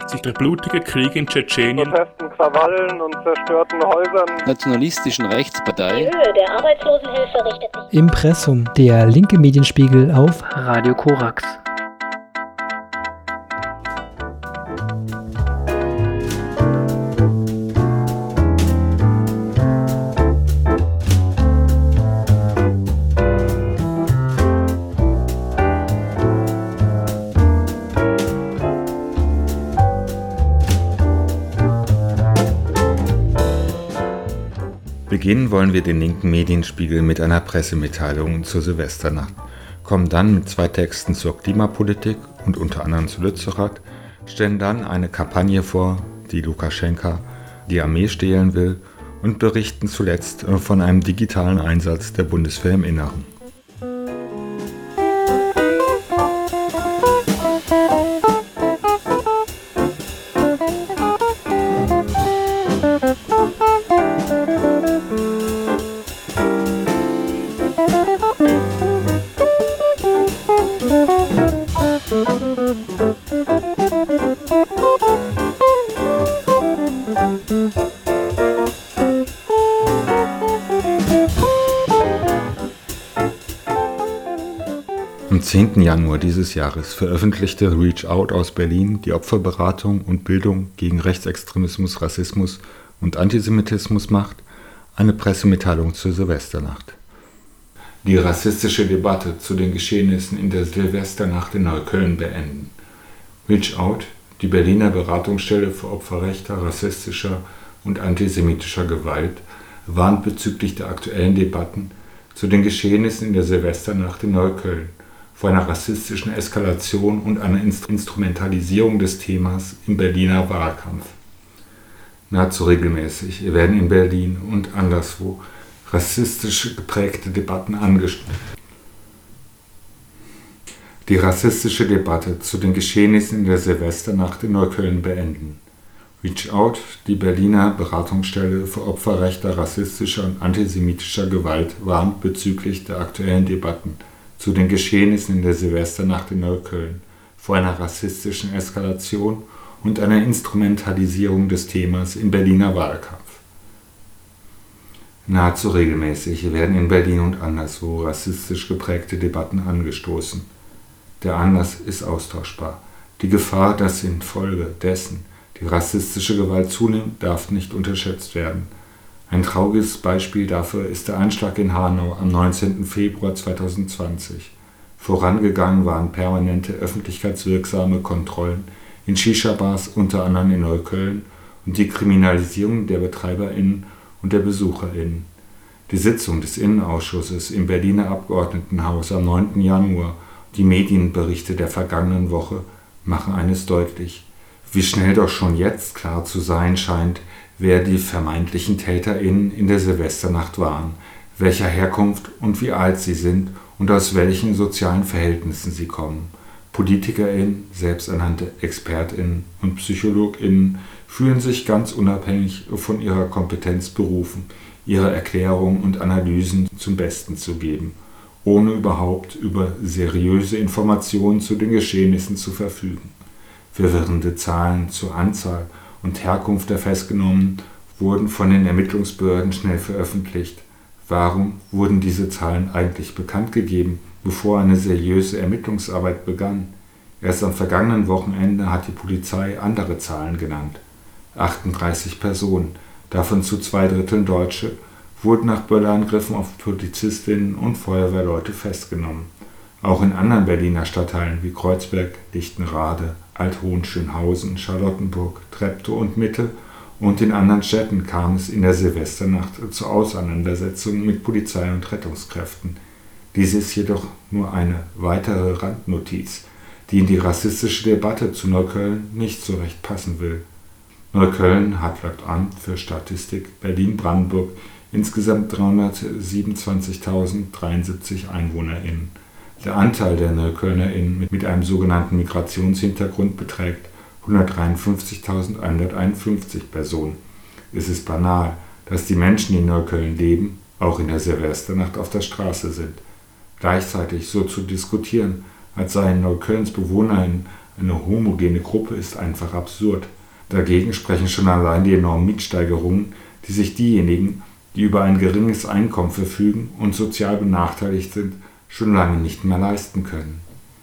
sich der blutige Krieg in Tschetschenien, Protesten, Krawallen und zerstörten Häusern, nationalistischen Rechtspartei. Die Höhe der Arbeitslosenhilfe richtet sich. Impressum, der linke Medienspiegel auf Radio Korax. Beginnen wollen wir den linken Medienspiegel mit einer Pressemitteilung zur Silvesternacht, kommen dann mit 2 Texten zur Klimapolitik und unter anderem zu Lützerath, stellen dann eine Kampagne vor, die Lukaschenka die Armee stehlen will, und berichten zuletzt von einem digitalen Einsatz der Bundeswehr im Inneren. Am 10. Januar dieses Jahres veröffentlichte Reach Out aus Berlin die Opferberatung und Bildung gegen Rechtsextremismus, Rassismus und Antisemitismus macht eine Pressemitteilung zur Silvesternacht. Die rassistische Debatte zu den Geschehnissen in der Silvesternacht in Neukölln beenden. Reach Out, die Berliner Beratungsstelle für Opfer rechter, rassistischer und antisemitischer Gewalt, warnt bezüglich der aktuellen Debatten zu den Geschehnissen in der Silvesternacht in Neukölln vor einer rassistischen Eskalation und einer Instrumentalisierung des Themas im Berliner Wahlkampf. Nahezu regelmäßig werden in Berlin und anderswo rassistisch geprägte Debatten angestoßen. Die rassistische Debatte zu den Geschehnissen in der Silvesternacht in Neukölln beenden. Reach Out, die Berliner Beratungsstelle für Opfer rechter, rassistischer und antisemitischer Gewalt, warnt bezüglich der aktuellen Debatten zu den Geschehnissen in der Silvesternacht in Neukölln vor einer rassistischen Eskalation und einer Instrumentalisierung des Themas im Berliner Wahlkampf. Nahezu regelmäßig werden in Berlin und anderswo rassistisch geprägte Debatten angestoßen. Der Anlass ist austauschbar. Die Gefahr, dass infolge dessen die rassistische Gewalt zunimmt, darf nicht unterschätzt werden. Ein trauriges Beispiel dafür ist der Anschlag in Hanau am 19. Februar 2020. Vorangegangen waren permanente öffentlichkeitswirksame Kontrollen in Shisha-Bars, unter anderem in Neukölln, und die Kriminalisierung der BetreiberInnen und der BesucherInnen. Die Sitzung des Innenausschusses im Berliner Abgeordnetenhaus am 9. Januar, die Medienberichte der vergangenen Woche machen eines deutlich: Wie schnell doch schon jetzt klar zu sein scheint, wer die vermeintlichen TäterInnen in der Silvesternacht waren, welcher Herkunft und wie alt sie sind und aus welchen sozialen Verhältnissen sie kommen. PolitikerInnen, selbsternannte ExpertInnen und PsychologInnen fühlen sich ganz unabhängig von ihrer Kompetenz berufen, ihre Erklärungen und Analysen zum Besten zu geben, ohne überhaupt über seriöse Informationen zu den Geschehnissen zu verfügen. Verwirrende Zahlen zur Anzahl und Herkunft der Festgenommenen wurden von den Ermittlungsbehörden schnell veröffentlicht. Warum wurden diese Zahlen eigentlich bekannt gegeben, bevor eine seriöse Ermittlungsarbeit begann? Erst am vergangenen Wochenende hat die Polizei andere Zahlen genannt. 38 Personen, davon zu 2/3 Deutsche, wurden nach Böllerangriffen auf Polizistinnen und Feuerwehrleute festgenommen. Auch in anderen Berliner Stadtteilen wie Kreuzberg, Lichtenrade, Alt-Hohenschönhausen, Charlottenburg, Treptow und Mitte und in anderen Städten kam es in der Silvesternacht zu Auseinandersetzungen mit Polizei und Rettungskräften. Dies ist jedoch nur eine weitere Randnotiz, die in die rassistische Debatte zu Neukölln nicht so recht passen will. Neukölln hat laut Amt für Statistik Berlin-Brandenburg insgesamt 327.073 EinwohnerInnen. Der Anteil der NeuköllnerInnen mit einem sogenannten Migrationshintergrund beträgt 153.151 Personen. Es ist banal, dass die Menschen, die in Neukölln leben, auch in der Silvesternacht auf der Straße sind. Gleichzeitig so zu diskutieren, als seien Neuköllns BewohnerInnen Eine homogene Gruppe ist einfach absurd. Dagegen sprechen schon allein die enormen Mietsteigerungen, die sich diejenigen, die über ein geringes Einkommen verfügen und sozial benachteiligt sind, schon lange nicht mehr leisten können.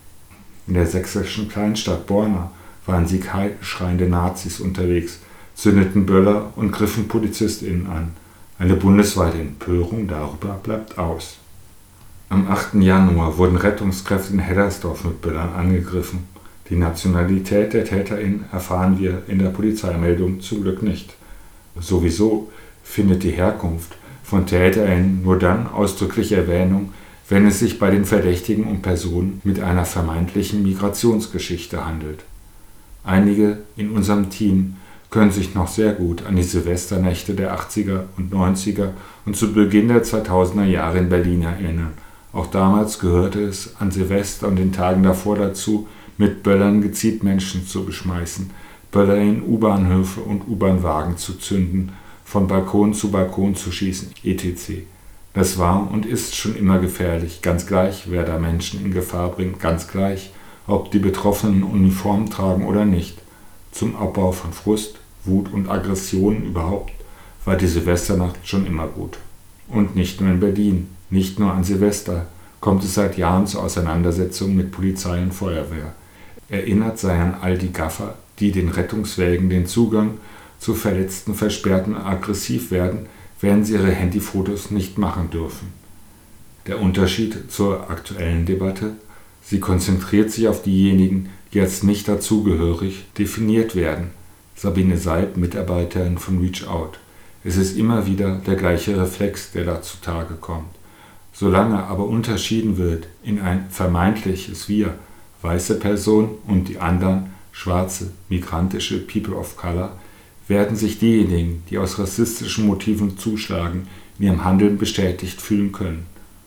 In der sächsischen Kleinstadt Borna waren siegheilschreiende Nazis unterwegs, zündeten Böller und griffen PolizistInnen an. Eine bundesweite Empörung darüber bleibt aus. Am 8. Januar wurden Rettungskräfte in Heddersdorf mit Böllern angegriffen. Die Nationalität der TäterInnen erfahren wir in der Polizeimeldung zum Glück nicht. Sowieso findet die Herkunft von TäterInnen nur dann ausdrückliche Erwähnung, wenn es sich bei den Verdächtigen um Personen mit einer vermeintlichen Migrationsgeschichte handelt. Einige in unserem Team können sich noch sehr gut an die Silvesternächte der 80er und 90er und zu Beginn der 2000er Jahre in Berlin erinnern. Auch damals gehörte es an Silvester und den Tagen davor dazu, mit Böllern gezielt Menschen zu beschmeißen, Böller in U-Bahnhöfe und U-Bahn-Wagen zu zünden, von Balkon zu Balkon zu schießen, etc. Das war und ist schon immer gefährlich, ganz gleich, wer da Menschen in Gefahr bringt, ganz gleich, ob die Betroffenen Uniformen tragen oder nicht. Zum Abbau von Frust, Wut und Aggressionen überhaupt war die Silvesternacht schon immer gut. Und nicht nur in Berlin, nicht nur an Silvester kommt es seit Jahren zu Auseinandersetzungen mit Polizei und Feuerwehr. Erinnert sei an all die Gaffer, die den Rettungswägen den Zugang zu Verletzten versperrten und aggressiv werden, wenn sie ihre Handyfotos nicht machen dürfen. Der Unterschied zur aktuellen Debatte: Sie konzentriert sich auf diejenigen, die als nicht dazugehörig definiert werden. Sabine Seib, Mitarbeiterin von Reach Out. Es ist immer wieder der gleiche Reflex, der da zutage kommt. Solange aber unterschieden wird in ein vermeintliches Wir, weiße Personen und die anderen, schwarze, migrantische People of Color, werden sich diejenigen, die aus rassistischen Motiven zuschlagen, in ihrem Handeln bestätigt fühlen können.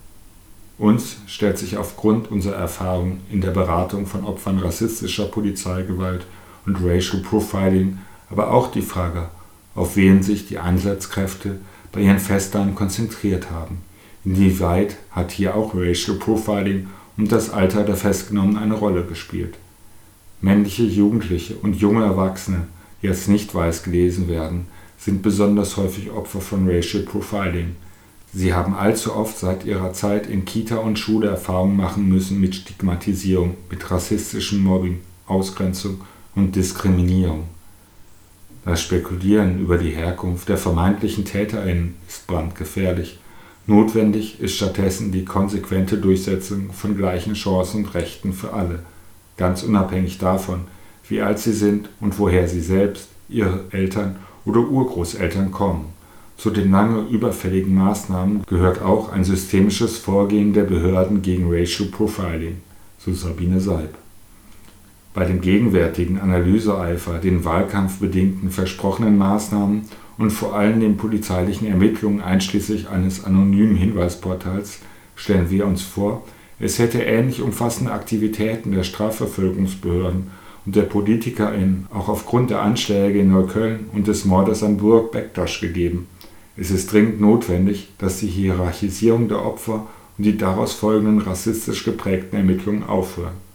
Uns stellt sich aufgrund unserer Erfahrung in der Beratung von Opfern rassistischer Polizeigewalt und Racial Profiling aber auch die Frage, auf wen sich die Einsatzkräfte bei ihren Festnahmen konzentriert haben. Inwieweit hat hier auch Racial Profiling und das Alter der Festgenommenen eine Rolle gespielt? Männliche Jugendliche und junge Erwachsene, die als nicht weiß gelesen werden, sind besonders häufig Opfer von Racial Profiling. Sie haben allzu oft seit ihrer Zeit in Kita und Schule Erfahrungen machen müssen mit Stigmatisierung, mit rassistischem Mobbing, Ausgrenzung und Diskriminierung. Das Spekulieren über die Herkunft der vermeintlichen TäterInnen ist brandgefährlich. Notwendig ist stattdessen die konsequente Durchsetzung von gleichen Chancen und Rechten für alle, ganz unabhängig davon, wie alt sie sind und woher sie selbst, ihre Eltern oder Urgroßeltern kommen. Zu den lange überfälligen Maßnahmen gehört auch ein systemisches Vorgehen der Behörden gegen Racial Profiling, so Sabine Seib. Bei dem gegenwärtigen Analyseeifer, den wahlkampfbedingten versprochenen Maßnahmen und vor allem den polizeilichen Ermittlungen einschließlich eines anonymen Hinweisportals stellen wir uns vor, es hätte ähnlich umfassende Aktivitäten der Strafverfolgungsbehörden und der PolitikerInnen auch aufgrund der Anschläge in Neukölln und des Mordes an Burak Bektaş gegeben. Es ist dringend notwendig, dass die Hierarchisierung der Opfer und die daraus folgenden rassistisch geprägten Ermittlungen aufhören.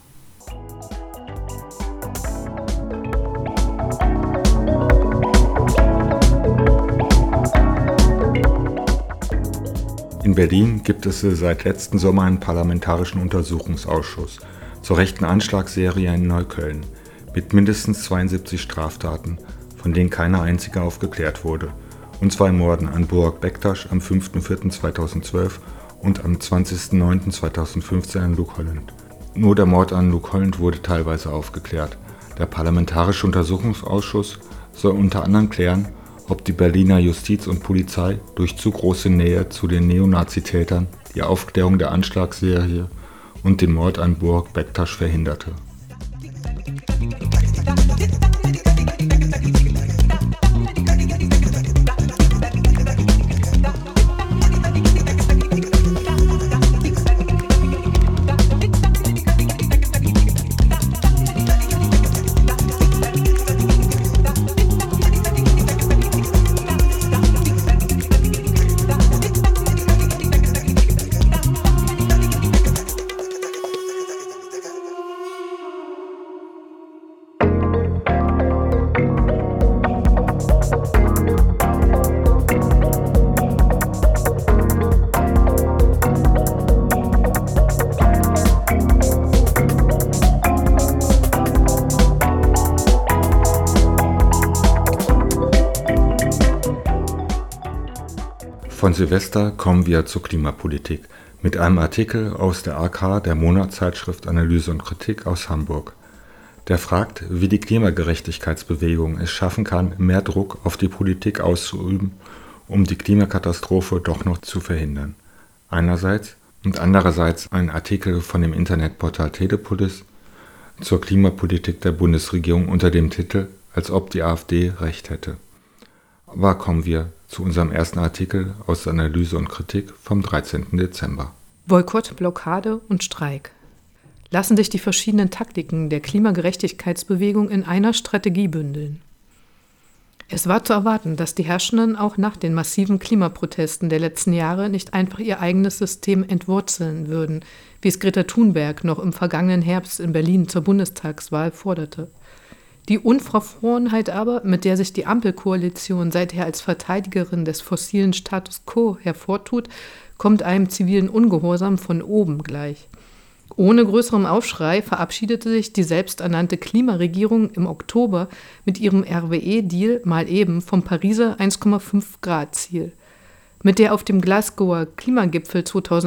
In Berlin gibt es seit letzten Sommer einen parlamentarischen Untersuchungsausschuss zur rechten Anschlagsserie in Neukölln mit mindestens 72 Straftaten, von denen keine einzige aufgeklärt wurde, und 2 Morden an Burak Bektaş am 5.4.2012 und am 20.09.2015 in Luke Holland. Nur der Mord an Luke Holland wurde teilweise aufgeklärt. Der Parlamentarische Untersuchungsausschuss soll unter anderem klären, ob die Berliner Justiz und Polizei durch zu große Nähe zu den Neonazitätern die Aufklärung der Anschlagsserie und den Mord an Burak Bektaş verhinderte. Von Silvester kommen wir zur Klimapolitik mit einem Artikel aus der AK, der Monatszeitschrift Analyse und Kritik aus Hamburg. Der fragt, wie die Klimagerechtigkeitsbewegung es schaffen kann, mehr Druck auf die Politik auszuüben, um die Klimakatastrophe doch noch zu verhindern. Einerseits und andererseits ein Artikel von dem Internetportal Telepolis zur Klimapolitik der Bundesregierung unter dem Titel »Als ob die AfD recht hätte«. Aber kommen wir zu unserem ersten Artikel aus der Analyse und Kritik vom 13. Dezember. Boykott, Blockade und Streik. Lassen sich die verschiedenen Taktiken der Klimagerechtigkeitsbewegung in einer Strategie bündeln. Es war zu erwarten, dass die Herrschenden auch nach den massiven Klimaprotesten der letzten Jahre nicht einfach ihr eigenes System entwurzeln würden, wie es Greta Thunberg noch im vergangenen Herbst in Berlin zur Bundestagswahl forderte. Die Unverfrorenheit aber, mit der sich die Ampelkoalition seither als Verteidigerin des fossilen Status quo hervortut, kommt einem zivilen Ungehorsam von oben gleich. Ohne größerem Aufschrei verabschiedete sich die selbsternannte Klimaregierung im Oktober mit ihrem RWE-Deal mal eben vom Pariser 1,5-Grad-Ziel. Mit der auf dem Glasgower Klimagipfel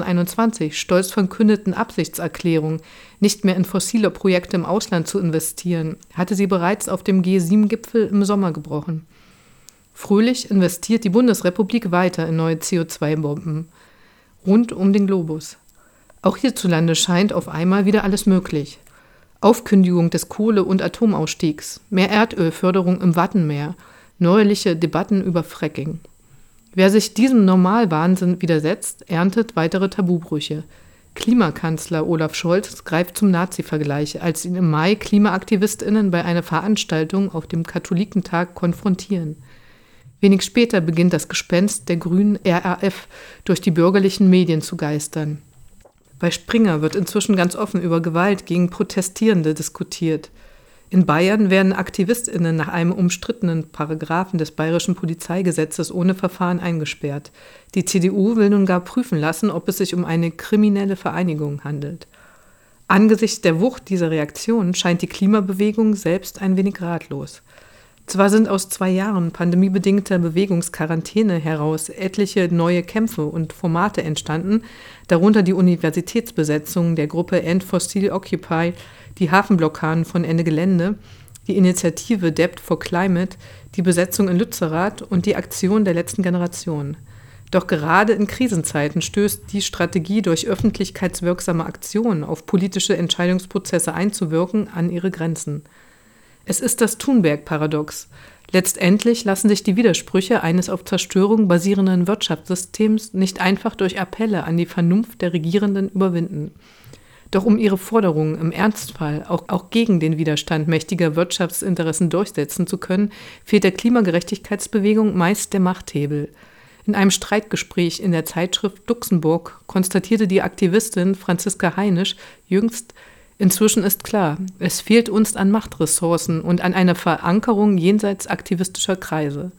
2021 stolz verkündeten Absichtserklärung, nicht mehr in fossile Projekte im Ausland zu investieren, hatte sie bereits auf dem G7-Gipfel im Sommer gebrochen. Fröhlich investiert die Bundesrepublik weiter in neue CO2-Bomben rund um den Globus. Auch hierzulande scheint auf einmal wieder alles möglich. Aufkündigung des Kohle- und Atomausstiegs, mehr Erdölförderung im Wattenmeer, neuerliche Debatten über Fracking. Wer sich diesem Normalwahnsinn widersetzt, erntet weitere Tabubrüche. Klimakanzler Olaf Scholz greift zum Nazi-Vergleich, als ihn im Mai KlimaaktivistInnen bei einer Veranstaltung auf dem Katholikentag konfrontieren. Wenig später beginnt das Gespenst der grünen RAF durch die bürgerlichen Medien zu geistern. Bei Springer wird inzwischen ganz offen über Gewalt gegen Protestierende diskutiert. In Bayern werden AktivistInnen nach einem umstrittenen Paragraphen des bayerischen Polizeigesetzes ohne Verfahren eingesperrt. Die CDU will nun gar prüfen lassen, ob es sich um eine kriminelle Vereinigung handelt. Angesichts der Wucht dieser Reaktion scheint die Klimabewegung selbst ein wenig ratlos. Zwar sind aus 2 Jahren pandemiebedingter Bewegungsquarantäne heraus etliche neue Kämpfe und Formate entstanden, darunter die Universitätsbesetzung der Gruppe End Fossil Occupy, die Hafenblockaden von Ende Gelände, die Initiative Debt for Climate, die Besetzung in Lützerath und die Aktion der letzten Generation. Doch gerade in Krisenzeiten stößt die Strategie, durch öffentlichkeitswirksame Aktionen auf politische Entscheidungsprozesse einzuwirken, an ihre Grenzen. Es ist das Thunberg-Paradox. Letztendlich lassen sich die Widersprüche eines auf Zerstörung basierenden Wirtschaftssystems nicht einfach durch Appelle an die Vernunft der Regierenden überwinden. Doch um ihre Forderungen im Ernstfall auch gegen den Widerstand mächtiger Wirtschaftsinteressen durchsetzen zu können, fehlt der Klimagerechtigkeitsbewegung meist der Machthebel. In einem Streitgespräch in der Zeitschrift Luxemburg konstatierte die Aktivistin Franziska Heinisch jüngst: Inzwischen ist klar, es fehlt uns an Machtressourcen und an einer Verankerung jenseits aktivistischer Kreise.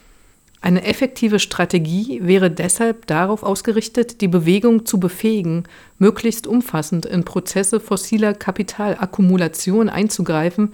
Eine effektive Strategie wäre deshalb darauf ausgerichtet, die Bewegung zu befähigen, möglichst umfassend in Prozesse fossiler Kapitalakkumulation einzugreifen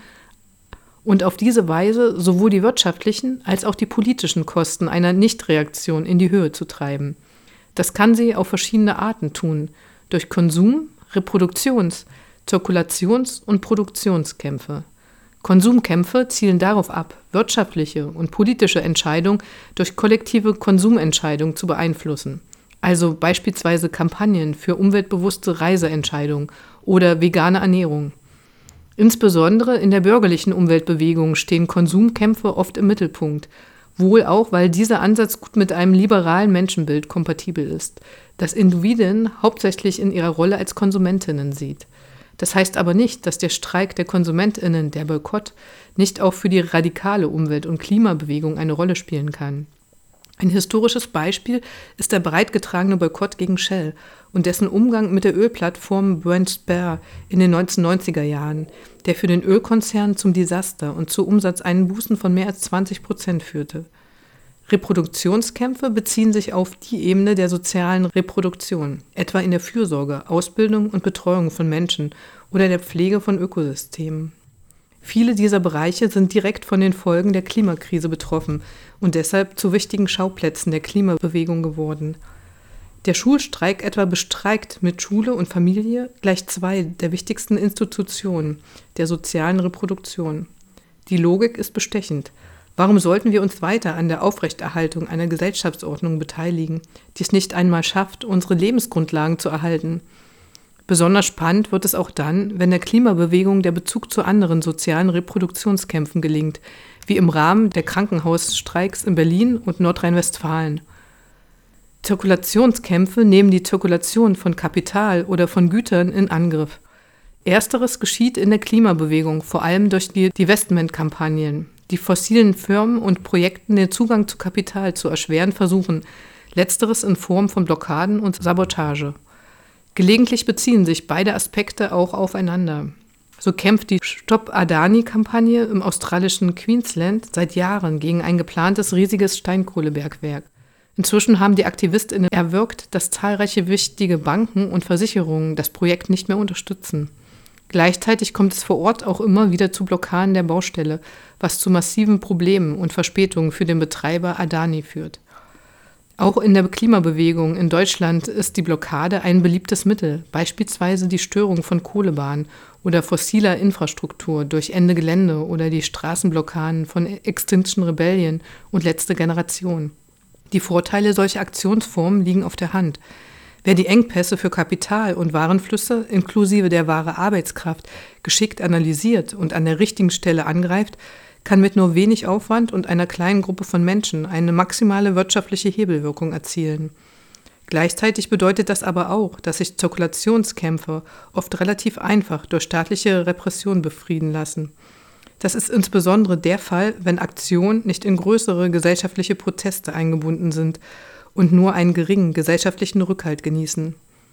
und auf diese Weise sowohl die wirtschaftlichen als auch die politischen Kosten einer Nichtreaktion in die Höhe zu treiben. Das kann sie auf verschiedene Arten tun: durch Konsum, Reproduktions-, Zirkulations- und Produktionskämpfe. Konsumkämpfe zielen darauf ab, wirtschaftliche und politische Entscheidungen durch kollektive Konsumentscheidungen zu beeinflussen, also beispielsweise Kampagnen für umweltbewusste Reiseentscheidungen oder vegane Ernährung. Insbesondere in der bürgerlichen Umweltbewegung stehen Konsumkämpfe oft im Mittelpunkt, wohl auch, weil dieser Ansatz gut mit einem liberalen Menschenbild kompatibel ist, das Individuen hauptsächlich in ihrer Rolle als Konsumentinnen sieht. Das heißt aber nicht, dass der Streik der KonsumentInnen, der Boykott, nicht auch für die radikale Umwelt- und Klimabewegung eine Rolle spielen kann. Ein historisches Beispiel ist der breit getragene Boykott gegen Shell und dessen Umgang mit der Ölplattform Brent Spare in den 1990er Jahren, der für den Ölkonzern zum Desaster und zu Umsatzeinbußen von mehr als 20% führte. Reproduktionskämpfe beziehen sich auf die Ebene der sozialen Reproduktion, etwa in der Fürsorge, Ausbildung und Betreuung von Menschen oder der Pflege von Ökosystemen. Viele dieser Bereiche sind direkt von den Folgen der Klimakrise betroffen und deshalb zu wichtigen Schauplätzen der Klimabewegung geworden. Der Schulstreik etwa bestreikt mit Schule und Familie gleich zwei der wichtigsten Institutionen der sozialen Reproduktion. Die Logik ist bestechend. Warum sollten wir uns weiter an der Aufrechterhaltung einer Gesellschaftsordnung beteiligen, die es nicht einmal schafft, unsere Lebensgrundlagen zu erhalten? Besonders spannend wird es auch dann, wenn der Klimabewegung der Bezug zu anderen sozialen Reproduktionskämpfen gelingt, wie im Rahmen der Krankenhausstreiks in Berlin und Nordrhein-Westfalen. Zirkulationskämpfe nehmen die Zirkulation von Kapital oder von Gütern in Angriff. Ersteres geschieht in der Klimabewegung, vor allem durch die Divestment-Kampagnen, die fossilen Firmen und Projekten den Zugang zu Kapital zu erschweren versuchen, letzteres in Form von Blockaden und Sabotage. Gelegentlich beziehen sich beide Aspekte auch aufeinander. So kämpft die Stop Adani-Kampagne im australischen Queensland seit Jahren gegen ein geplantes riesiges Steinkohlebergwerk. Inzwischen haben die AktivistInnen erwirkt, dass zahlreiche wichtige Banken und Versicherungen das Projekt nicht mehr unterstützen. Gleichzeitig kommt es vor Ort auch immer wieder zu Blockaden der Baustelle, was zu massiven Problemen und Verspätungen für den Betreiber Adani führt. Auch in der Klimabewegung in Deutschland ist die Blockade ein beliebtes Mittel, beispielsweise die Störung von Kohlebahnen oder fossiler Infrastruktur durch Ende Gelände oder die Straßenblockaden von Extinction Rebellion und Letzte Generation. Die Vorteile solcher Aktionsformen liegen auf der Hand. Wer die Engpässe für Kapital und Warenflüsse inklusive der wahre Arbeitskraft geschickt analysiert und an der richtigen Stelle angreift, kann mit nur wenig Aufwand und einer kleinen Gruppe von Menschen eine maximale wirtschaftliche Hebelwirkung erzielen. Gleichzeitig bedeutet das aber auch, dass sich Zirkulationskämpfe oft relativ einfach durch staatliche Repression befrieden lassen. Das ist insbesondere der Fall, wenn Aktionen nicht in größere gesellschaftliche Proteste eingebunden sind und nur einen geringen gesellschaftlichen Rückhalt genießen.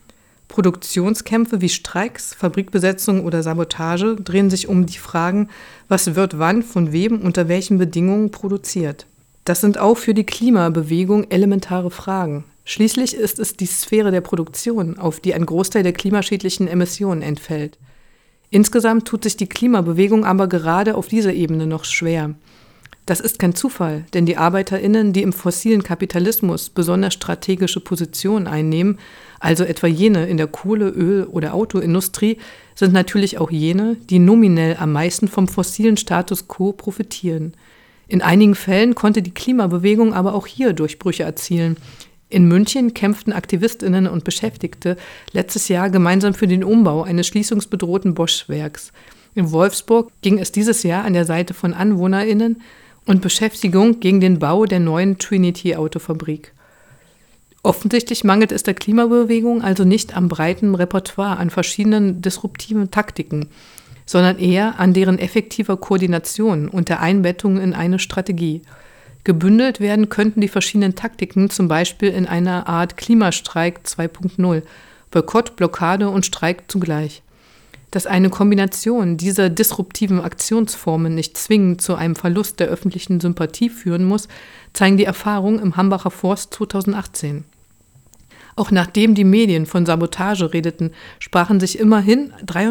Produktionskämpfe wie Streiks, Fabrikbesetzung oder Sabotage drehen sich um die Fragen, was wird wann, von wem, unter welchen Bedingungen produziert. Das sind auch für die Klimabewegung elementare Fragen. Schließlich ist es die Sphäre der Produktion, auf die ein Großteil der klimaschädlichen Emissionen entfällt. Insgesamt tut sich die Klimabewegung aber gerade auf dieser Ebene noch schwer. Das ist kein Zufall, denn die ArbeiterInnen, die im fossilen Kapitalismus besonders strategische Positionen einnehmen, also etwa jene in der Kohle-, Öl- oder Autoindustrie, sind natürlich auch jene, die nominell am meisten vom fossilen Status quo profitieren. In einigen Fällen konnte die Klimabewegung aber auch hier Durchbrüche erzielen. In München kämpften AktivistInnen und Beschäftigte letztes Jahr gemeinsam für den Umbau eines schließungsbedrohten Bosch-Werks. In Wolfsburg ging es dieses Jahr an der Seite von AnwohnerInnen und Beschäftigung gegen den Bau der neuen Trinity-Autofabrik. Offensichtlich mangelt es der Klimabewegung also nicht am breiten Repertoire an verschiedenen disruptiven Taktiken, sondern eher an deren effektiver Koordination und der Einbettung in eine Strategie. Gebündelt werden könnten die verschiedenen Taktiken zum Beispiel in einer Art Klimastreik 2.0, Boykott, Blockade und Streik zugleich. Dass eine Kombination dieser disruptiven Aktionsformen nicht zwingend zu einem Verlust der öffentlichen Sympathie führen muss, zeigen die Erfahrungen im Hambacher Forst 2018. Auch nachdem die Medien von Sabotage redeten, sprachen sich immerhin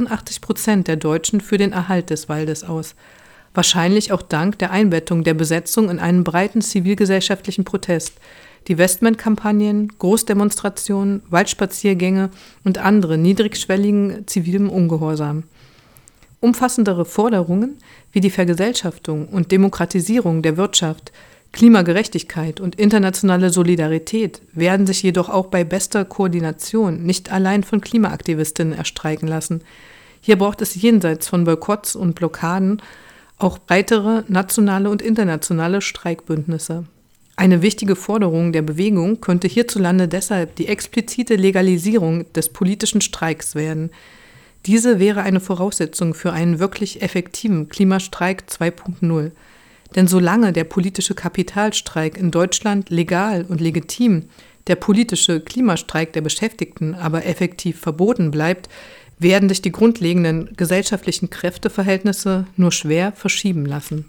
83% der Deutschen für den Erhalt des Waldes aus. Wahrscheinlich auch dank der Einbettung der Besetzung in einen breiten zivilgesellschaftlichen Protest. Divestment-Kampagnen, Großdemonstrationen, Waldspaziergänge und andere niedrigschwelligen zivilen Ungehorsam. Umfassendere Forderungen wie die Vergesellschaftung und Demokratisierung der Wirtschaft, Klimagerechtigkeit und internationale Solidarität werden sich jedoch auch bei bester Koordination nicht allein von Klimaaktivistinnen erstreiken lassen. Hier braucht es jenseits von Boykotts und Blockaden auch breitere nationale und internationale Streikbündnisse. Eine wichtige Forderung der Bewegung könnte hierzulande deshalb die explizite Legalisierung des politischen Streiks werden. Diese wäre eine Voraussetzung für einen wirklich effektiven Klimastreik 2.0. Denn solange der politische Kapitalstreik in Deutschland legal und legitim, der politische Klimastreik der Beschäftigten aber effektiv verboten bleibt, werden sich die grundlegenden gesellschaftlichen Kräfteverhältnisse nur schwer verschieben lassen.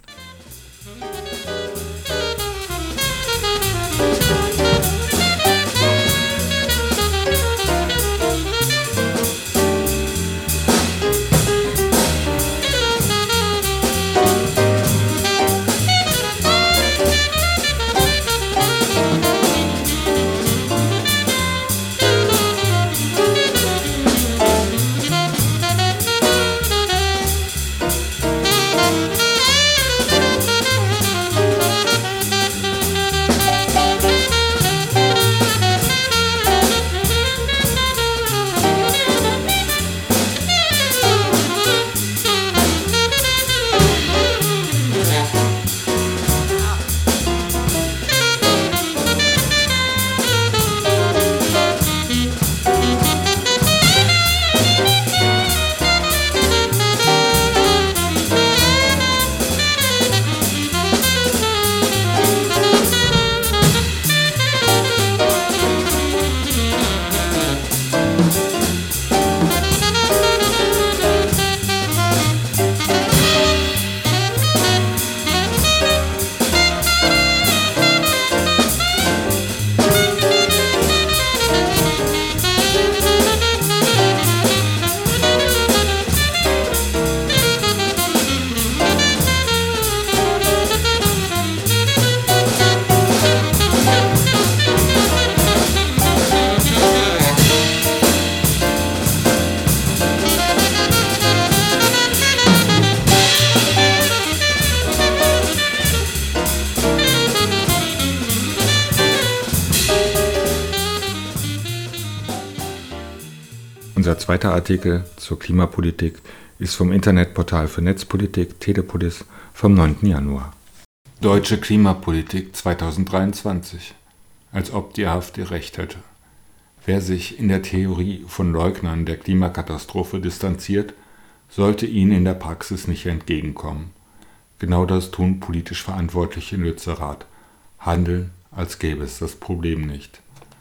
Unser zweiter Artikel zur Klimapolitik ist vom Internetportal für Netzpolitik Telepolis vom 9. Januar. Deutsche Klimapolitik 2023. Als ob die AfD recht hätte. Wer sich in der Theorie von Leugnern der Klimakatastrophe distanziert, sollte ihnen in der Praxis nicht entgegenkommen. Genau das tun politisch Verantwortliche in Lützerath. Handeln, als gäbe es das Problem nicht.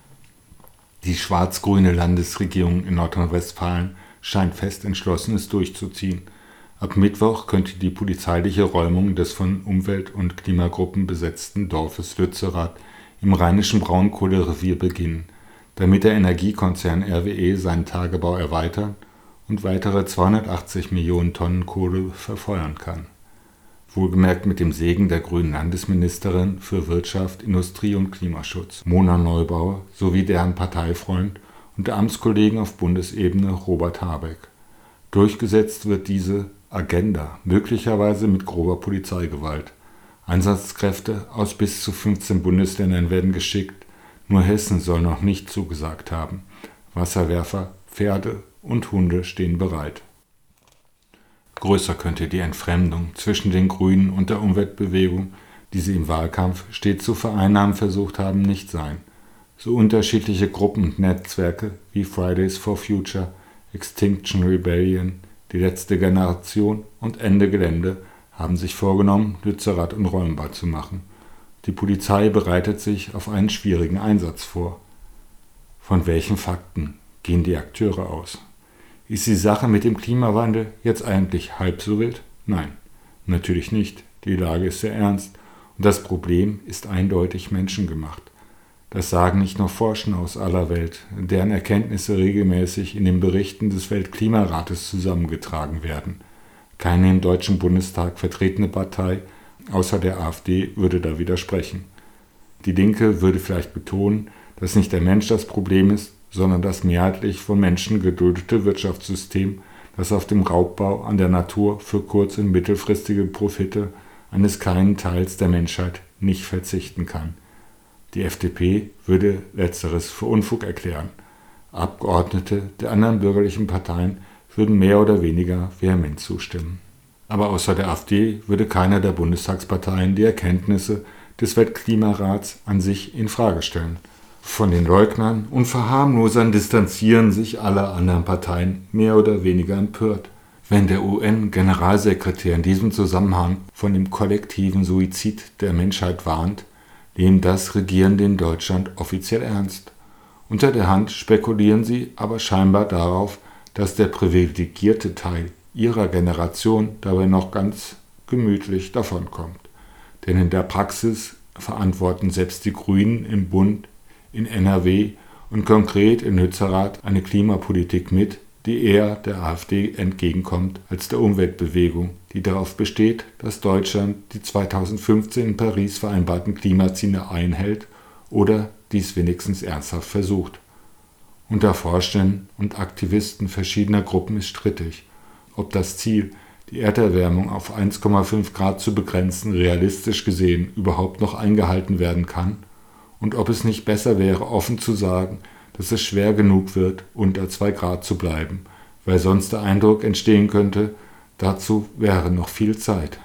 Die schwarz-grüne Landesregierung in Nordrhein-Westfalen scheint fest entschlossen, es durchzuziehen. Ab Mittwoch könnte die polizeiliche Räumung des von Umwelt- und Klimagruppen besetzten Dorfes Lützerath im rheinischen Braunkohlerevier beginnen, damit der Energiekonzern RWE seinen Tagebau erweitern und weitere 280 Millionen Tonnen Kohle verfeuern kann. Wohlgemerkt mit dem Segen der grünen Landesministerin für Wirtschaft, Industrie und Klimaschutz, Mona Neubauer, sowie deren Parteifreund und der Amtskollegen auf Bundesebene Robert Habeck. Durchgesetzt wird diese Agenda möglicherweise mit grober Polizeigewalt. Einsatzkräfte aus bis zu 15 Bundesländern werden geschickt, nur Hessen soll noch nicht zugesagt haben. Wasserwerfer, Pferde und Hunde stehen bereit. Größer könnte die Entfremdung zwischen den Grünen und der Umweltbewegung, die sie im Wahlkampf stets zu vereinnahmen versucht haben, nicht sein. So unterschiedliche Gruppen und Netzwerke wie Fridays for Future, Extinction Rebellion, die letzte Generation und Ende Gelände haben sich vorgenommen, Lützerath unräumbar zu machen. Die Polizei bereitet sich auf einen schwierigen Einsatz vor. Von welchen Fakten gehen die Akteure aus? Ist die Sache mit dem Klimawandel jetzt eigentlich halb so wild? Nein, natürlich nicht. Die Lage ist sehr ernst und das Problem ist eindeutig menschengemacht. Das sagen nicht nur Forscher aus aller Welt, deren Erkenntnisse regelmäßig in den Berichten des Weltklimarates zusammengetragen werden. Keine im Deutschen Bundestag vertretene Partei, außer der AfD, würde da widersprechen. Die Linke würde vielleicht betonen, dass nicht der Mensch das Problem ist, sondern das mehrheitlich von Menschen geduldete Wirtschaftssystem, das auf dem Raubbau an der Natur für kurz- und mittelfristige Profite eines kleinen Teils der Menschheit nicht verzichten kann. Die FDP würde Letzteres für Unfug erklären. Abgeordnete der anderen bürgerlichen Parteien würden mehr oder weniger vehement zustimmen. Aber außer der AfD würde keiner der Bundestagsparteien die Erkenntnisse des Weltklimarats an sich in Frage stellen. Von den Leugnern und Verharmlosern distanzieren sich alle anderen Parteien mehr oder weniger empört. Wenn der UN-Generalsekretär in diesem Zusammenhang von dem kollektiven Suizid der Menschheit warnt, nehmen das Regierende in Deutschland offiziell ernst. Unter der Hand spekulieren sie aber scheinbar darauf, dass der privilegierte Teil ihrer Generation dabei noch ganz gemütlich davonkommt. Denn in der Praxis verantworten selbst die Grünen im Bund, in NRW und konkret in Lützerath eine Klimapolitik mit, die eher der AfD entgegenkommt als der Umweltbewegung, die darauf besteht, dass Deutschland die 2015 in Paris vereinbarten Klimaziele einhält oder dies wenigstens ernsthaft versucht. Unter Forschenden und Aktivisten verschiedener Gruppen ist strittig, ob das Ziel, die Erderwärmung auf 1,5 Grad zu begrenzen, realistisch gesehen überhaupt noch eingehalten werden kann und ob es nicht besser wäre, offen zu sagen, dass es schwer genug wird, unter 2 Grad zu bleiben, weil sonst der Eindruck entstehen könnte, dazu wäre noch viel Zeit.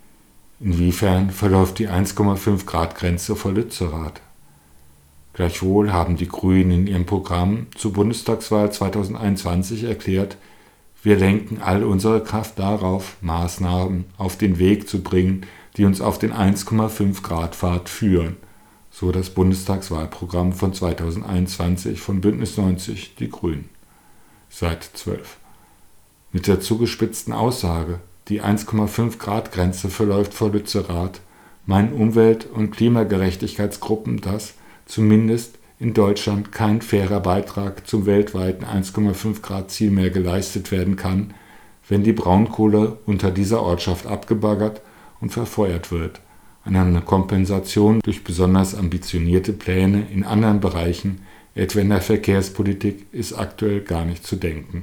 Inwiefern verläuft die 1,5 Grad Grenze vor Lützerath? Gleichwohl haben die Grünen in ihrem Programm zur Bundestagswahl 2021 erklärt, wir lenken all unsere Kraft darauf, Maßnahmen auf den Weg zu bringen, die uns auf den 1,5 Grad Pfad führen. So das Bundestagswahlprogramm von 2021 von Bündnis 90, die Grünen. Seite 12. Mit der zugespitzten Aussage, die 1,5 Grad Grenze verläuft vor Lützerath, meinen Umwelt- und Klimagerechtigkeitsgruppen, dass zumindest in Deutschland kein fairer Beitrag zum weltweiten 1,5 Grad Ziel mehr geleistet werden kann, wenn die Braunkohle unter dieser Ortschaft abgebaggert und verfeuert wird. An eine Kompensation durch besonders ambitionierte Pläne in anderen Bereichen, etwa in der Verkehrspolitik, ist aktuell gar nicht zu denken.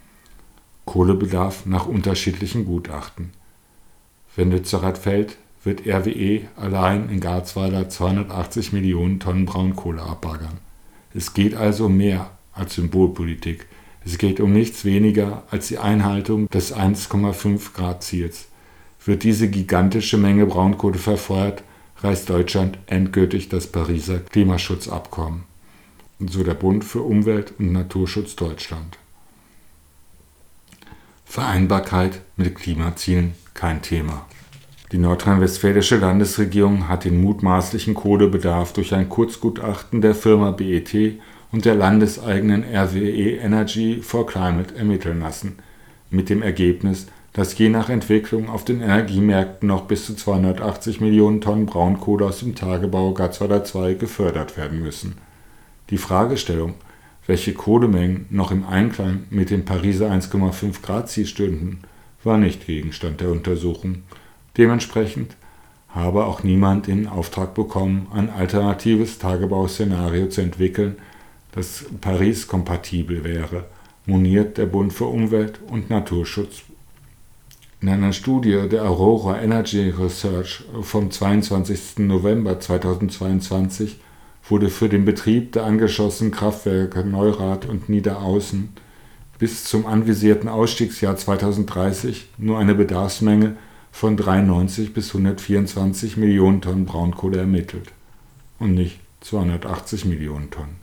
Kohlebedarf nach unterschiedlichen Gutachten. Wenn Lützerath fällt, wird RWE allein in Garzweiler 280 Millionen Tonnen Braunkohle abbaggern. Es geht also um mehr als Symbolpolitik, Es geht um nichts weniger als die Einhaltung des 1,5 Grad Ziels. Wird diese gigantische Menge Braunkohle verfeuert, reißt Deutschland endgültig das Pariser Klimaschutzabkommen. Und so der Bund für Umwelt und Naturschutz Deutschland. Vereinbarkeit mit Klimazielen kein Thema. Die nordrhein-westfälische Landesregierung hat den mutmaßlichen Kohlebedarf durch ein Kurzgutachten der Firma BET und der landeseigenen RWE Energy for Climate ermitteln lassen, mit dem Ergebnis, dass je nach Entwicklung auf den Energiemärkten noch bis zu 280 Millionen Tonnen Braunkohle aus dem Tagebau Garzweiler 2 gefördert werden müssen. Die Fragestellung, welche Kohlemengen noch im Einklang mit dem Pariser 1,5 Grad Ziel stünden, war nicht Gegenstand der Untersuchung. Dementsprechend habe auch niemand in Auftrag bekommen, ein alternatives Tagebauszenario zu entwickeln, das Paris-kompatibel wäre, moniert der Bund für Umwelt und Naturschutz. In einer Studie der Aurora Energy Research vom 22. November 2022 wurde für den Betrieb der angeschlossenen Kraftwerke Neurath und Niederaußen bis zum anvisierten Ausstiegsjahr 2030 nur eine Bedarfsmenge von 93 bis 124 Millionen Tonnen Braunkohle ermittelt und nicht 280 Millionen Tonnen.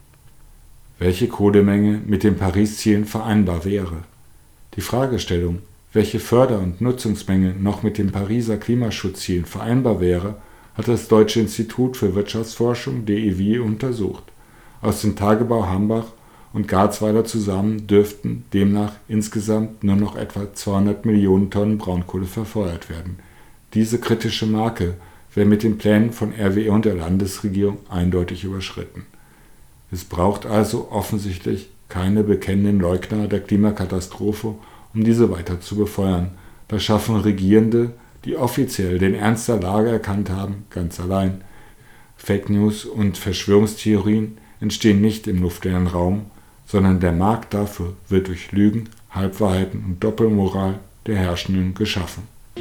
Welche Kohlemenge mit den Paris-Zielen vereinbar wäre? Die Fragestellung, welche Förder- und Nutzungsmenge noch mit den Pariser Klimaschutzzielen vereinbar wäre, hat das Deutsche Institut für Wirtschaftsforschung DIW untersucht. Aus dem Tagebau Hambach und Garzweiler zusammen dürften demnach insgesamt nur noch etwa 200 Millionen Tonnen Braunkohle verfeuert werden. Diese kritische Marke wäre mit den Plänen von RWE und der Landesregierung eindeutig überschritten. Es braucht also offensichtlich keine bekennenden Leugner der Klimakatastrophe, um diese weiter zu befeuern. Das schaffen Regierende, die offiziell den Ernst der Lage erkannt haben, ganz allein. Fake News und Verschwörungstheorien entstehen nicht im luftleeren Raum, sondern der Markt dafür wird durch Lügen, Halbwahrheiten und Doppelmoral der Herrschenden geschaffen.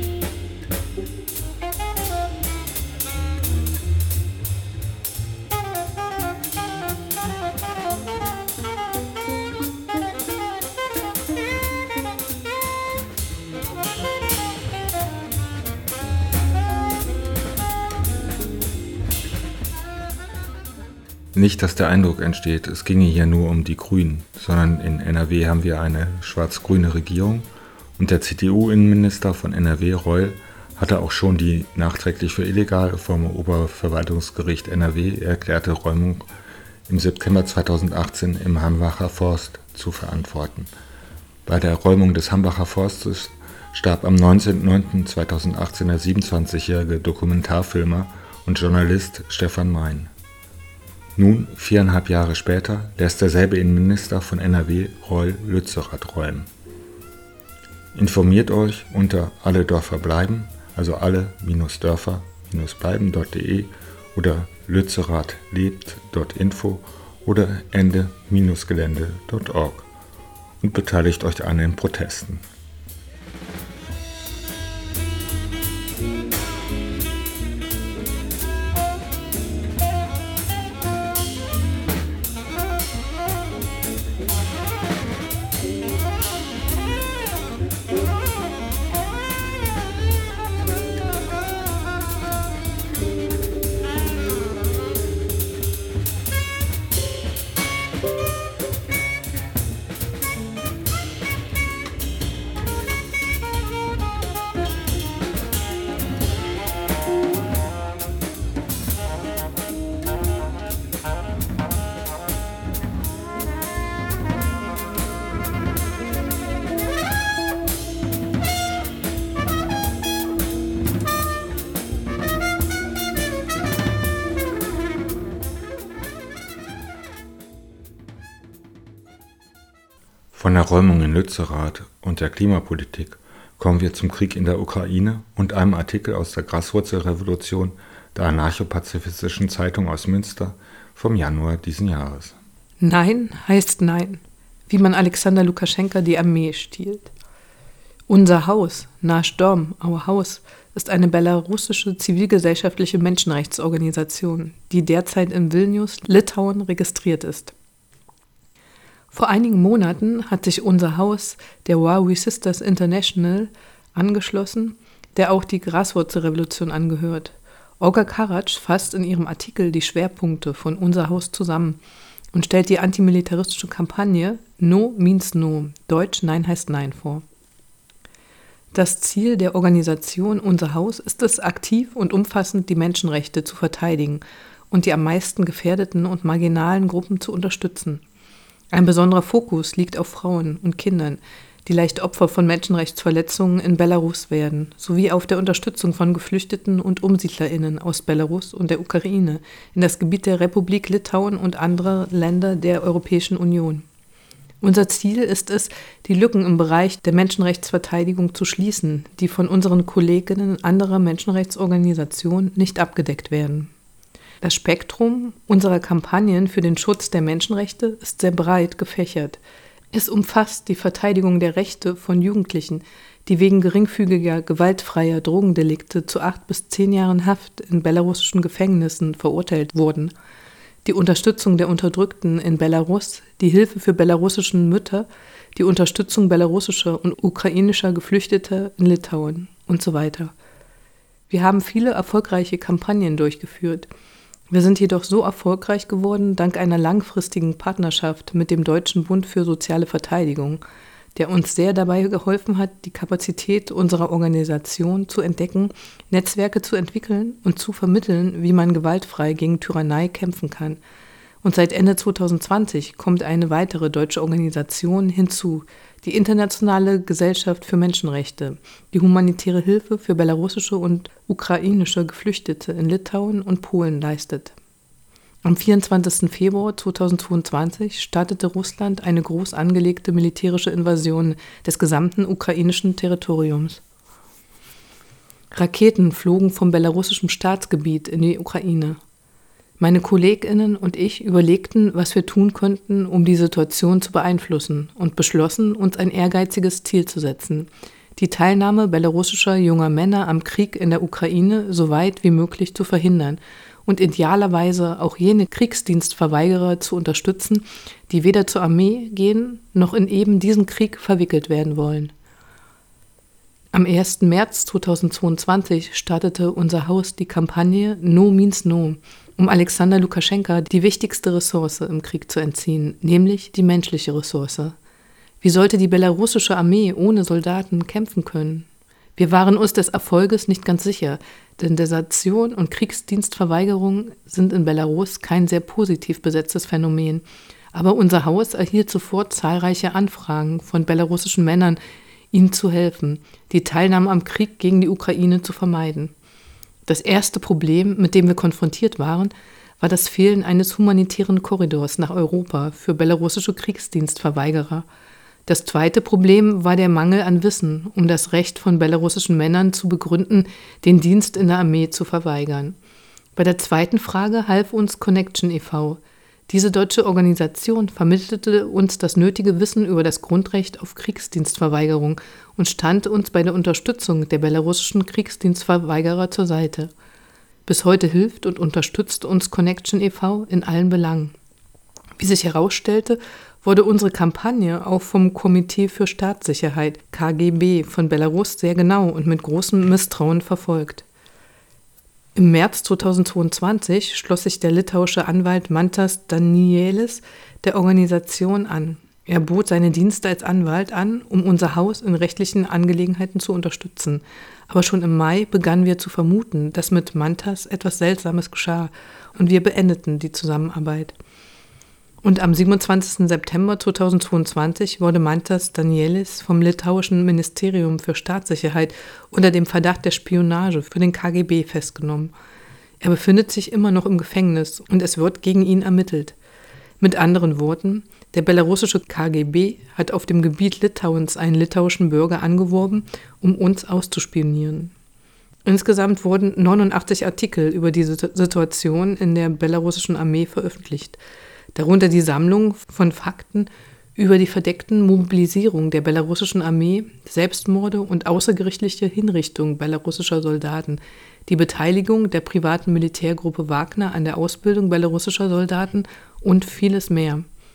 Nicht, dass der Eindruck entsteht, es ginge hier nur um die Grünen, sondern in NRW haben wir eine schwarz-grüne Regierung und der CDU-Innenminister von NRW, Reul, hatte auch schon die nachträglich für illegal vom Oberverwaltungsgericht NRW erklärte Räumung im September 2018 im Hambacher Forst zu verantworten. Bei der Räumung des Hambacher Forstes starb am 19.09.2018 der 27-jährige Dokumentarfilmer und Journalist Stefan Mein. Nun, 4,5 Jahre später, lässt derselbe Innenminister von NRW, Reul, Lützerath räumen. Informiert euch unter Alle Dörfer bleiben, also alle-dörfer-bleiben.de oder lützerathlebt.info oder ende-gelände.org und beteiligt euch an den Protesten. Von der Räumung in Lützerath und der Klimapolitik kommen wir zum Krieg in der Ukraine und einem Artikel aus der Graswurzelrevolution der anarcho-pazifistischen Zeitung aus Münster vom Januar diesen Jahres. Nein heißt Nein, wie man Alexander Lukaschenka die Armee stiehlt. Unser Haus, Nasz Dom, Our House, ist eine belarussische zivilgesellschaftliche Menschenrechtsorganisation, die derzeit in Vilnius, Litauen, registriert ist. Vor einigen Monaten hat sich unser Haus der Wow We Sisters International angeschlossen, der auch die Graswurzelrevolution angehört. Olga Karatsch fasst in ihrem Artikel die Schwerpunkte von Unser Haus zusammen und stellt die antimilitaristische Kampagne No Means No, Deutsch Nein heißt Nein vor. Das Ziel der Organisation Unser Haus ist es, aktiv und umfassend die Menschenrechte zu verteidigen und die am meisten gefährdeten und marginalen Gruppen zu unterstützen. Ein besonderer Fokus liegt auf Frauen und Kindern, die leicht Opfer von Menschenrechtsverletzungen in Belarus werden, sowie auf der Unterstützung von Geflüchteten und UmsiedlerInnen aus Belarus und der Ukraine in das Gebiet der Republik Litauen und andere Länder der Europäischen Union. Unser Ziel ist es, die Lücken im Bereich der Menschenrechtsverteidigung zu schließen, die von unseren Kolleginnen anderer Menschenrechtsorganisationen nicht abgedeckt werden. Das Spektrum unserer Kampagnen für den Schutz der Menschenrechte ist sehr breit gefächert. Es umfasst die Verteidigung der Rechte von Jugendlichen, die wegen geringfügiger, gewaltfreier Drogendelikte zu 8 bis 10 Jahren Haft in belarussischen Gefängnissen verurteilt wurden, die Unterstützung der Unterdrückten in Belarus, die Hilfe für belarussischen Mütter, die Unterstützung belarussischer und ukrainischer Geflüchteter in Litauen und so weiter. Wir haben viele erfolgreiche Kampagnen durchgeführt. Wir sind jedoch so erfolgreich geworden dank einer langfristigen Partnerschaft mit dem Deutschen Bund für soziale Verteidigung, der uns sehr dabei geholfen hat, die Kapazität unserer Organisation zu entdecken, Netzwerke zu entwickeln und zu vermitteln, wie man gewaltfrei gegen Tyrannei kämpfen kann. Und seit Ende 2020 kommt eine weitere deutsche Organisation hinzu, die Internationale Gesellschaft für Menschenrechte, die humanitäre Hilfe für belarussische und ukrainische Geflüchtete in Litauen und Polen leistet. Am 24. Februar 2022 startete Russland eine groß angelegte militärische Invasion des gesamten ukrainischen Territoriums. Raketen flogen vom belarussischen Staatsgebiet in die Ukraine. Meine KollegInnen und ich überlegten, was wir tun könnten, um die Situation zu beeinflussen und beschlossen, uns ein ehrgeiziges Ziel zu setzen: die Teilnahme belarussischer junger Männer am Krieg in der Ukraine so weit wie möglich zu verhindern und idealerweise auch jene Kriegsdienstverweigerer zu unterstützen, die weder zur Armee gehen noch in eben diesen Krieg verwickelt werden wollen. Am 1. März 2022 startete unser Haus die Kampagne No Means No, um Alexander Lukaschenka die wichtigste Ressource im Krieg zu entziehen, nämlich die menschliche Ressource. Wie sollte die belarussische Armee ohne Soldaten kämpfen können? Wir waren uns des Erfolges nicht ganz sicher, denn Desertion und Kriegsdienstverweigerung sind in Belarus kein sehr positiv besetztes Phänomen. Aber unser Haus erhielt sofort zahlreiche Anfragen von belarussischen Männern, ihnen zu helfen, die Teilnahme am Krieg gegen die Ukraine zu vermeiden. Das erste Problem, mit dem wir konfrontiert waren, war das Fehlen eines humanitären Korridors nach Europa für belarussische Kriegsdienstverweigerer. Das zweite Problem war der Mangel an Wissen, um das Recht von belarussischen Männern zu begründen, den Dienst in der Armee zu verweigern. Bei der zweiten Frage half uns Connection e.V. Diese deutsche Organisation vermittelte uns das nötige Wissen über das Grundrecht auf Kriegsdienstverweigerung und stand uns bei der Unterstützung der belarussischen Kriegsdienstverweigerer zur Seite. Bis heute hilft und unterstützt uns Connection e.V. in allen Belangen. Wie sich herausstellte, wurde unsere Kampagne auch vom Komitee für Staatssicherheit, KGB, von Belarus sehr genau und mit großem Misstrauen verfolgt. Im März 2022 schloss sich der litauische Anwalt Mantas Danielis der Organisation an. Er bot seine Dienste als Anwalt an, um unser Haus in rechtlichen Angelegenheiten zu unterstützen. Aber schon im Mai begannen wir zu vermuten, dass mit Mantas etwas Seltsames geschah, und wir beendeten die Zusammenarbeit. Und am 27. September 2022 wurde Mantas Danielis vom litauischen Ministerium für Staatssicherheit unter dem Verdacht der Spionage für den KGB festgenommen. Er befindet sich immer noch im Gefängnis und es wird gegen ihn ermittelt. Mit anderen Worten, der belarussische KGB hat auf dem Gebiet Litauens einen litauischen Bürger angeworben, um uns auszuspionieren. Insgesamt wurden 89 Artikel über diese Situation in der belarussischen Armee veröffentlicht. Darunter die Sammlung von Fakten über die verdeckten Mobilisierung der belarussischen Armee, Selbstmorde und außergerichtliche Hinrichtung belarussischer Soldaten, die Beteiligung der privaten Militärgruppe Wagner an der Ausbildung belarussischer Soldaten und vieles mehr.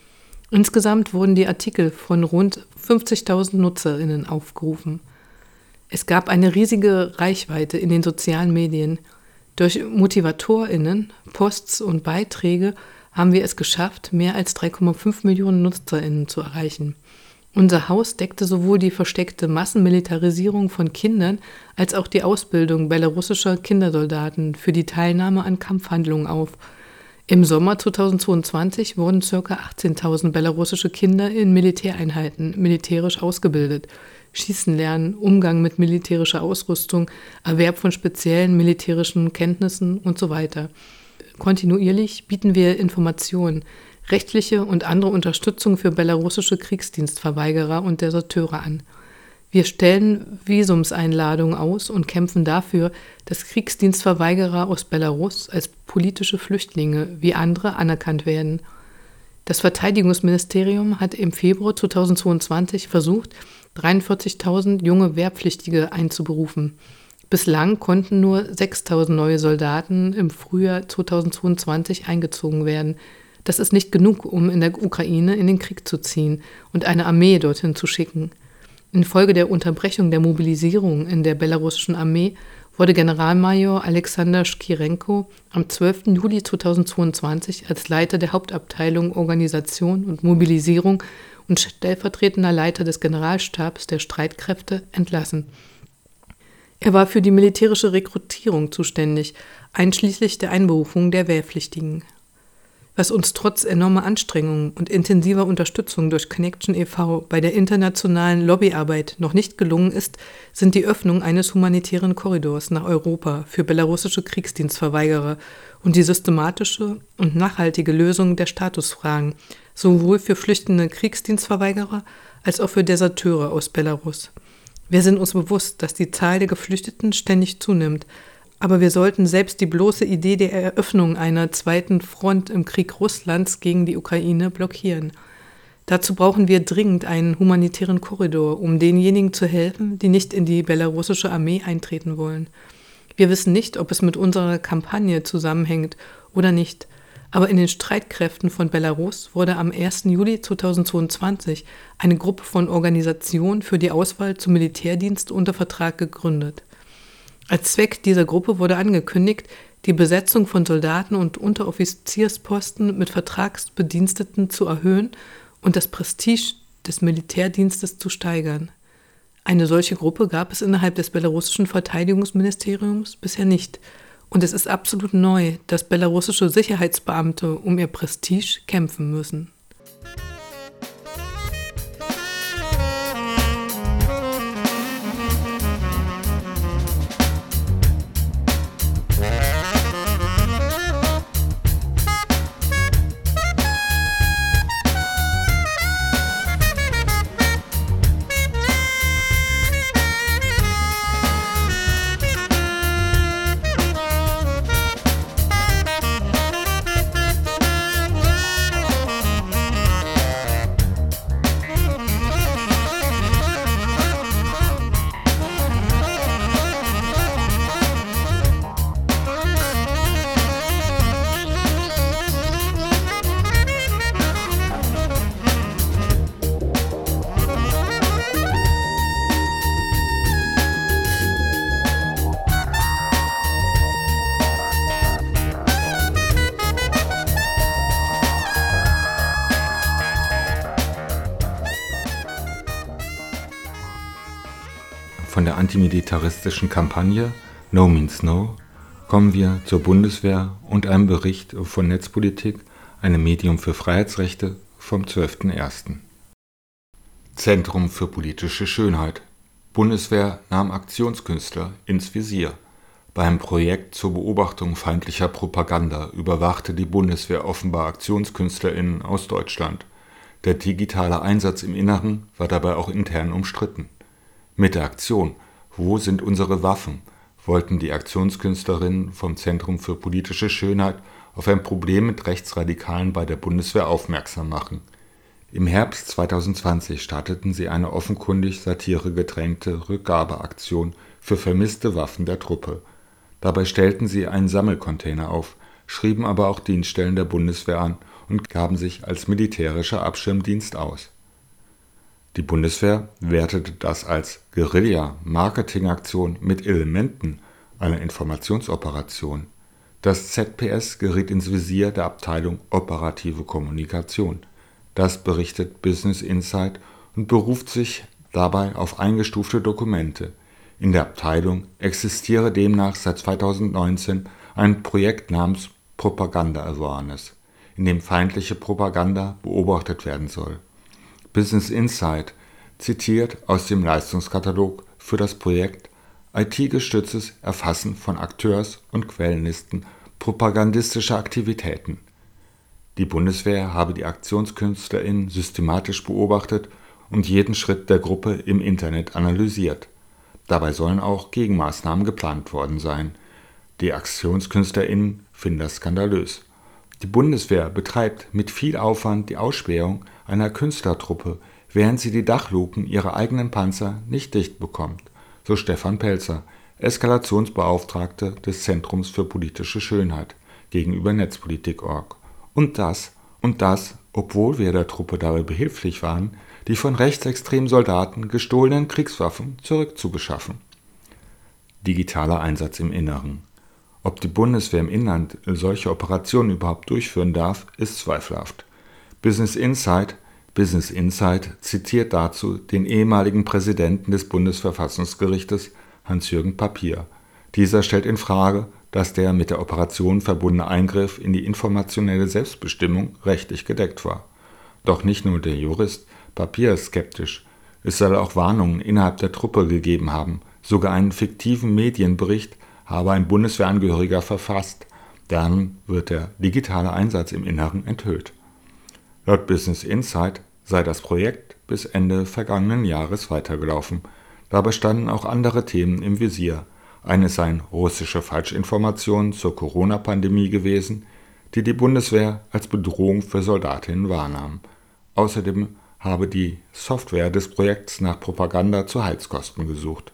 Insgesamt wurden die Artikel von rund 50.000 NutzerInnen aufgerufen. Es gab eine riesige Reichweite in den sozialen Medien. Durch MotivatorInnen, Posts und Beiträge haben wir es geschafft, mehr als 3,5 Millionen NutzerInnen zu erreichen. Unser Haus deckte sowohl die versteckte Massenmilitarisierung von Kindern als auch die Ausbildung belarussischer Kindersoldaten für die Teilnahme an Kampfhandlungen auf. Im Sommer 2022 wurden ca. 18.000 belarussische Kinder in Militäreinheiten militärisch ausgebildet. Schießen lernen, Umgang mit militärischer Ausrüstung, Erwerb von speziellen militärischen Kenntnissen und so weiter. Kontinuierlich bieten wir Informationen, rechtliche und andere Unterstützung für belarussische Kriegsdienstverweigerer und Deserteure an. Wir stellen Visumseinladungen aus und kämpfen dafür, dass Kriegsdienstverweigerer aus Belarus als politische Flüchtlinge wie andere anerkannt werden. Das Verteidigungsministerium hat im Februar 2022 versucht, 43.000 junge Wehrpflichtige einzuberufen. Bislang konnten nur 6.000 neue Soldaten im Frühjahr 2022 eingezogen werden. Das ist nicht genug, um in der Ukraine in den Krieg zu ziehen und eine Armee dorthin zu schicken. Infolge der Unterbrechung der Mobilisierung in der belarussischen Armee wurde Generalmajor Alexander Schkirenko am 12. Juli 2022 als Leiter der Hauptabteilung Organisation und Mobilisierung und stellvertretender Leiter des Generalstabs der Streitkräfte entlassen. Er war für die militärische Rekrutierung zuständig, einschließlich der Einberufung der Wehrpflichtigen. Was uns trotz enormer Anstrengungen und intensiver Unterstützung durch Connection e.V. bei der internationalen Lobbyarbeit noch nicht gelungen ist, sind die Öffnung eines humanitären Korridors nach Europa für belarussische Kriegsdienstverweigerer und die systematische und nachhaltige Lösung der Statusfragen, sowohl für flüchtende Kriegsdienstverweigerer als auch für Deserteure aus Belarus. Wir sind uns bewusst, dass die Zahl der Geflüchteten ständig zunimmt, aber wir sollten selbst die bloße Idee der Eröffnung einer zweiten Front im Krieg Russlands gegen die Ukraine blockieren. Dazu brauchen wir dringend einen humanitären Korridor, um denjenigen zu helfen, die nicht in die belarussische Armee eintreten wollen. Wir wissen nicht, ob es mit unserer Kampagne zusammenhängt oder nicht, aber in den Streitkräften von Belarus wurde am 1. Juli 2022 eine Gruppe von Organisationen für die Auswahl zum Militärdienst unter Vertrag gegründet. Als Zweck dieser Gruppe wurde angekündigt, die Besetzung von Soldaten und Unteroffiziersposten mit Vertragsbediensteten zu erhöhen und das Prestige des Militärdienstes zu steigern. Eine solche Gruppe gab es innerhalb des belarussischen Verteidigungsministeriums bisher nicht. Und es ist absolut neu, dass belarussische Sicherheitsbeamte um ihr Prestige kämpfen müssen. Von der antimilitaristischen Kampagne No Means No kommen wir zur Bundeswehr und einem Bericht von Netzpolitik, einem Medium für Freiheitsrechte, vom 12.01. Zentrum für politische Schönheit. Bundeswehr nahm Aktionskünstler ins Visier. Beim Projekt zur Beobachtung feindlicher Propaganda überwachte die Bundeswehr offenbar AktionskünstlerInnen aus Deutschland. Der digitale Einsatz im Inneren war dabei auch intern umstritten. Mit der Aktion »Wo sind unsere Waffen?« wollten die Aktionskünstlerinnen vom Zentrum für politische Schönheit auf ein Problem mit Rechtsradikalen bei der Bundeswehr aufmerksam machen. Im Herbst 2020 starteten sie eine offenkundig satiregetränkte Rückgabeaktion für vermisste Waffen der Truppe. Dabei stellten sie einen Sammelcontainer auf, schrieben aber auch Dienststellen der Bundeswehr an und gaben sich als militärischer Abschirmdienst aus. Die Bundeswehr wertete das als Guerilla-Marketingaktion mit Elementen einer Informationsoperation. Das ZPS geriet ins Visier der Abteilung Operative Kommunikation. Das berichtet Business Insight und beruft sich dabei auf eingestufte Dokumente. In der Abteilung existiere demnach seit 2019 ein Projekt namens Propaganda Awareness, in dem feindliche Propaganda beobachtet werden soll. Business Insight zitiert aus dem Leistungskatalog für das Projekt IT-gestütztes Erfassen von Akteurs- und Quellenlisten propagandistischer Aktivitäten. Die Bundeswehr habe die AktionskünstlerInnen systematisch beobachtet und jeden Schritt der Gruppe im Internet analysiert. Dabei sollen auch Gegenmaßnahmen geplant worden sein. Die AktionskünstlerInnen finden das skandalös. Die Bundeswehr betreibt mit viel Aufwand die Ausspähung einer Künstlertruppe, während sie die Dachluken ihrer eigenen Panzer nicht dicht bekommt, so Stefan Pelzer, Eskalationsbeauftragter des Zentrums für politische Schönheit, gegenüber Netzpolitik.org. Und das, obwohl wir der Truppe dabei behilflich waren, die von rechtsextremen Soldaten gestohlenen Kriegswaffen zurückzubeschaffen. Digitaler Einsatz im Inneren. Ob die Bundeswehr im Inland solche Operationen überhaupt durchführen darf, ist zweifelhaft. Business Insight zitiert dazu den ehemaligen Präsidenten des Bundesverfassungsgerichtes, Hans-Jürgen Papier. Dieser stellt in Frage, dass der mit der Operation verbundene Eingriff in die informationelle Selbstbestimmung rechtlich gedeckt war. Doch nicht nur der Jurist Papier ist skeptisch. Es soll auch Warnungen innerhalb der Truppe gegeben haben. Sogar einen fiktiven Medienbericht habe ein Bundeswehrangehöriger verfasst. Dann wird der digitale Einsatz im Inneren enthüllt. Laut Business Insight sei das Projekt bis Ende vergangenen Jahres weitergelaufen. Dabei standen auch andere Themen im Visier. Eines seien russische Falschinformationen zur Corona-Pandemie gewesen, die die Bundeswehr als Bedrohung für Soldatinnen wahrnahm. Außerdem habe die Software des Projekts nach Propaganda zu Heizkosten gesucht.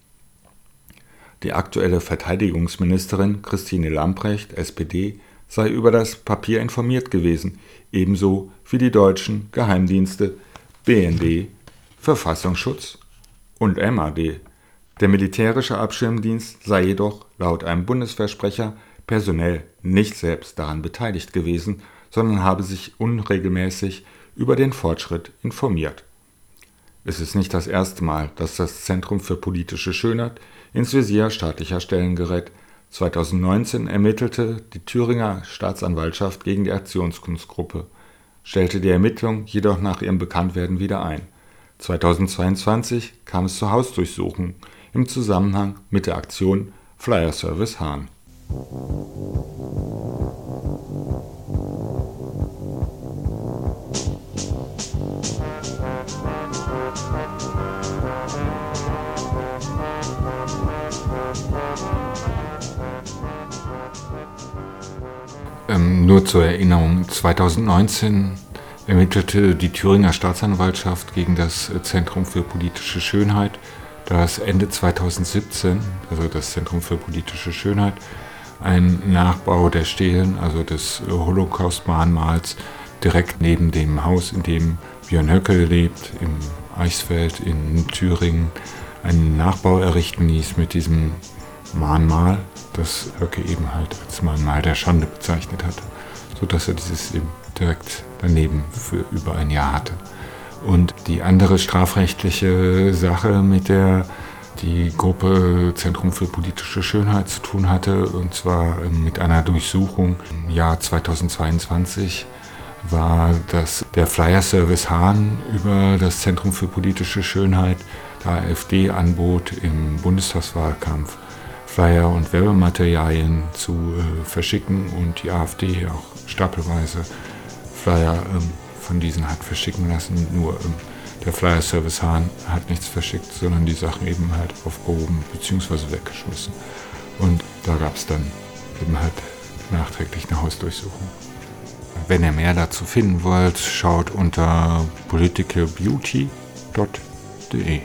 Die aktuelle Verteidigungsministerin Christine Lambrecht, SPD, sei über das Papier informiert gewesen, ebenso wie die deutschen Geheimdienste BND, Verfassungsschutz und MAD. Der militärische Abschirmdienst sei jedoch laut einem Bundeswehrsprecher personell nicht selbst daran beteiligt gewesen, sondern habe sich unregelmäßig über den Fortschritt informiert. Es ist nicht das erste Mal, dass das Zentrum für politische Schönheit ins Visier staatlicher Stellen gerät. 2019 ermittelte die Thüringer Staatsanwaltschaft gegen die Aktionskunstgruppe, stellte die Ermittlung jedoch nach ihrem Bekanntwerden wieder ein. 2022 kam es zur Hausdurchsuchung im Zusammenhang mit der Aktion Flyer Service Hahn. Nur zur Erinnerung, 2019 ermittelte die Thüringer Staatsanwaltschaft gegen das Zentrum für politische Schönheit, das Ende 2017, also das Zentrum für politische Schönheit, einen Nachbau der Stelen, also des Holocaust-Mahnmals, direkt neben dem Haus, in dem Björn Höcke lebt, im Eichsfeld in Thüringen, einen Nachbau errichten ließ mit diesem Mahnmal, das Höcke eben halt als Mahnmal der Schande bezeichnet hatte, sodass er dieses eben direkt daneben für über ein Jahr hatte. Und die andere strafrechtliche Sache, mit der die Gruppe Zentrum für politische Schönheit zu tun hatte, und zwar mit einer Durchsuchung im Jahr 2022, war, dass der Flyer-Service Hahn über das Zentrum für politische Schönheit der AfD anbot, im Bundestagswahlkampf Flyer und Werbematerialien zu verschicken und die AfD auch stapelweise Flyer von diesen hat verschicken lassen. Nur der Flyer-Service Hahn hat nichts verschickt, sondern die Sachen eben halt aufgehoben bzw. weggeschmissen. Und da gab es dann eben halt nachträglich eine Hausdurchsuchung. Wenn ihr mehr dazu finden wollt, schaut unter politicalbeauty.de.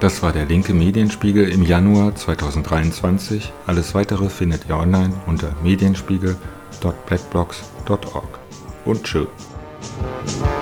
Das war der linke Medienspiegel im Januar 2023. Alles weitere findet ihr online unter medienspiegel.blackblocks.org. Und tschö.